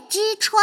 之窗。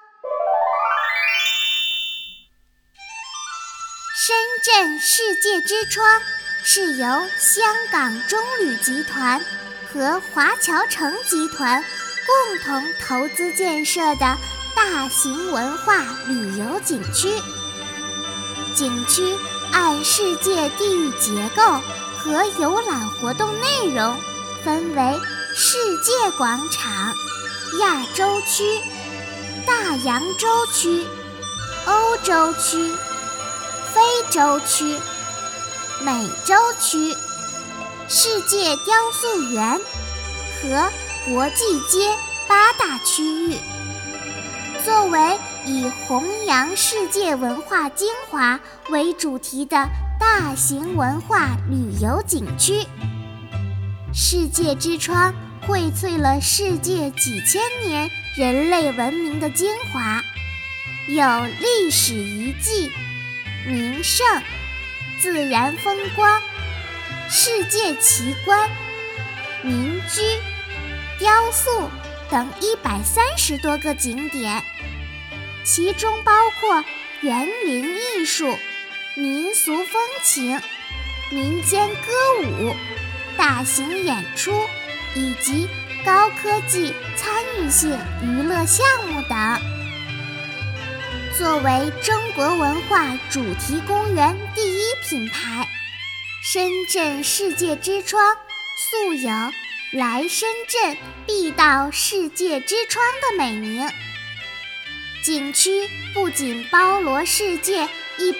深圳世界之窗是由香港中旅集团和华侨城集团共同投资建设的大型文化旅游景区。景区按世界地域结构和游览活动内容分为世界广场、亚洲区、大洋洲区、欧洲区、非洲区、美洲区、世界雕塑园和国际街8大区域。作为以弘扬世界文化精华为主题的大型文化旅游景区，世界之窗荟萃了世界几千年人类文明的精华，有历史遗迹、名胜、自然风光、世界奇观、民居、雕塑等130多个景点，其中包括园林艺术、民俗风情、民间歌舞、大型演出以及高科技参与性娱乐项目等。作为中国文化主题公园第一品牌，深圳世界之窗素有来深圳必到世界之窗的美名。景区不仅包罗世界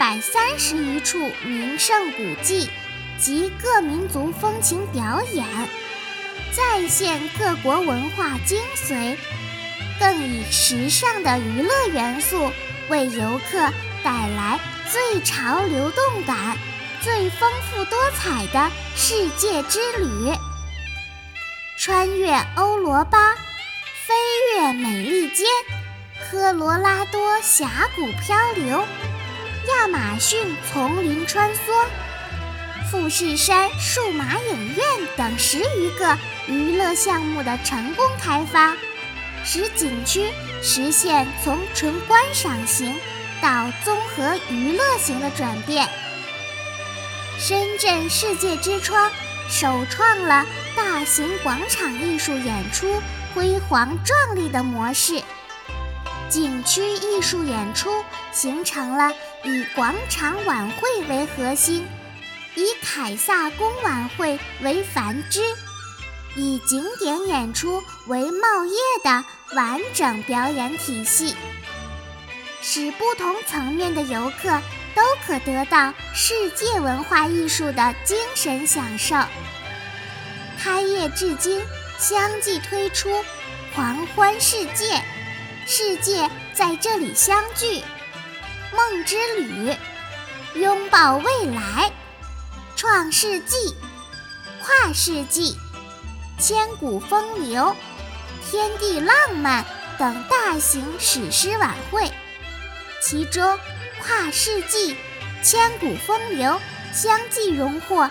130余处名胜古迹及各民族风情表演，再现各国文化精髓，更以时尚的娱乐元素为游客带来最潮流动感、最丰富多彩的世界之旅。穿越欧罗巴，飞越美利坚，科罗拉多峡谷漂流，亚马逊丛林穿梭，富士山数码影院等10余个娱乐项目的成功开发，使景区实现从纯观赏型到综合娱乐型的转变。深圳世界之窗首创了大型广场艺术演出辉煌壮丽的模式，景区艺术演出形成了以广场晚会为核心，以凯撒宫晚会为繁枝，以景点演出为茂业的完整表演体系，使不同层面的游客都可得到世界文化艺术的精神享受。开业至今，相继推出狂欢世界、世界在这里相聚、梦之旅、拥抱未来、创世纪、跨世纪、千古风流、天地浪漫等大型史诗晚会，其中跨世纪、千古风流相继荣获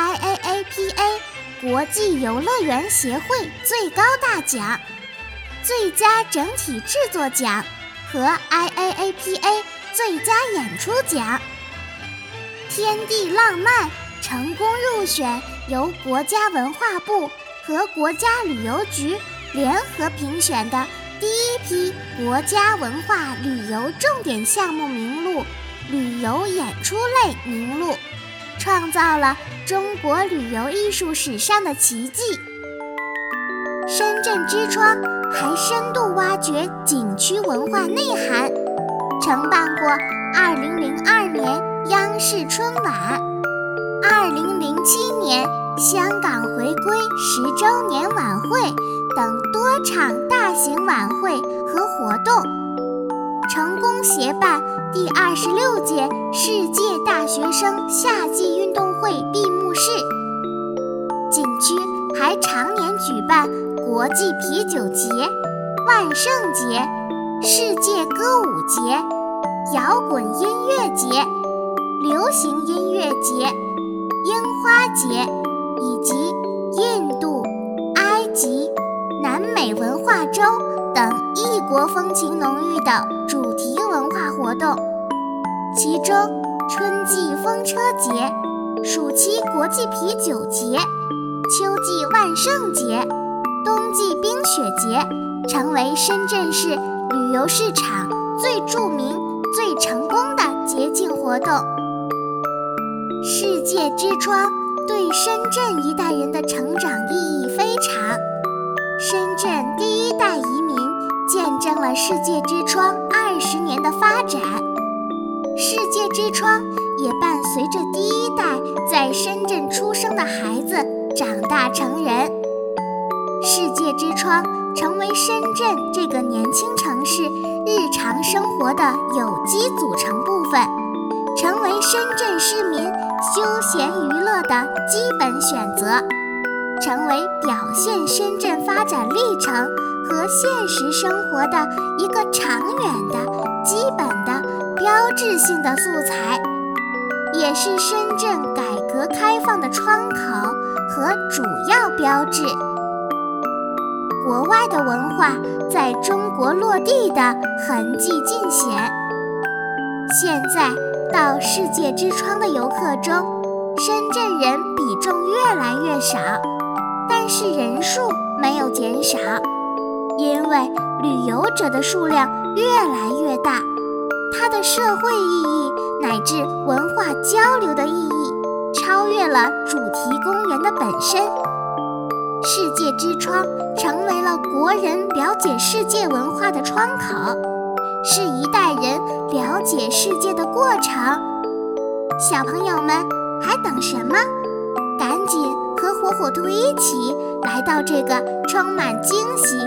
IAAPA 国际游乐园协会最高大奖、最佳整体制作奖和 IAAPA 最佳演出奖。天地浪漫成功入选由国家文化部和国家旅游局联合评选的第一批国家文化旅游重点项目名录旅游演出类名录，创造了中国旅游艺术史上的奇迹。深圳之窗还深度挖掘景区文化内涵，承办过2002年央视春晚、2007年香港回归10周年晚会等多场大型晚会和活动，成功协办第26届世界大学生夏季运动会闭幕式。景区还常年举办国际啤酒节、万圣节、世界歌舞节、摇滚音乐节、流行音乐节、樱花节以及印度、埃及、南美文化周等等异国风情浓郁的主题文化活动，其中春季风车节、暑期国际啤酒节、秋季万圣节、冬季冰雪节成为深圳市旅游市场最著名、最成功的节庆活动。世界之窗对深圳一代人的成长意义非常。深圳第一代移民见证了世界之窗20年的发展，世界之窗也伴随着第一代在深圳出生的孩子长大成人。世界之窗成为深圳这个年轻城市日常生活的有机组成部分，成为深圳市民休闲娱乐的基本选择，成为表现深圳发展历程和现实生活的一个长远的、基本的、标志性的素材，也是深圳改革开放的窗口和主要标志。国外的文化在中国落地的痕迹尽显。现在到世界之窗的游客中，深圳人比重越来越少，但是人数没有减少，因为旅游者的数量越来越大，它的社会意义乃至文化交流的意义超越了主题公园的本身。世界之窗成为了国人了解世界文化的窗口，是一代人了解世界的过程。小朋友们还等什么？赶紧和火火兔一起来到这个充满惊喜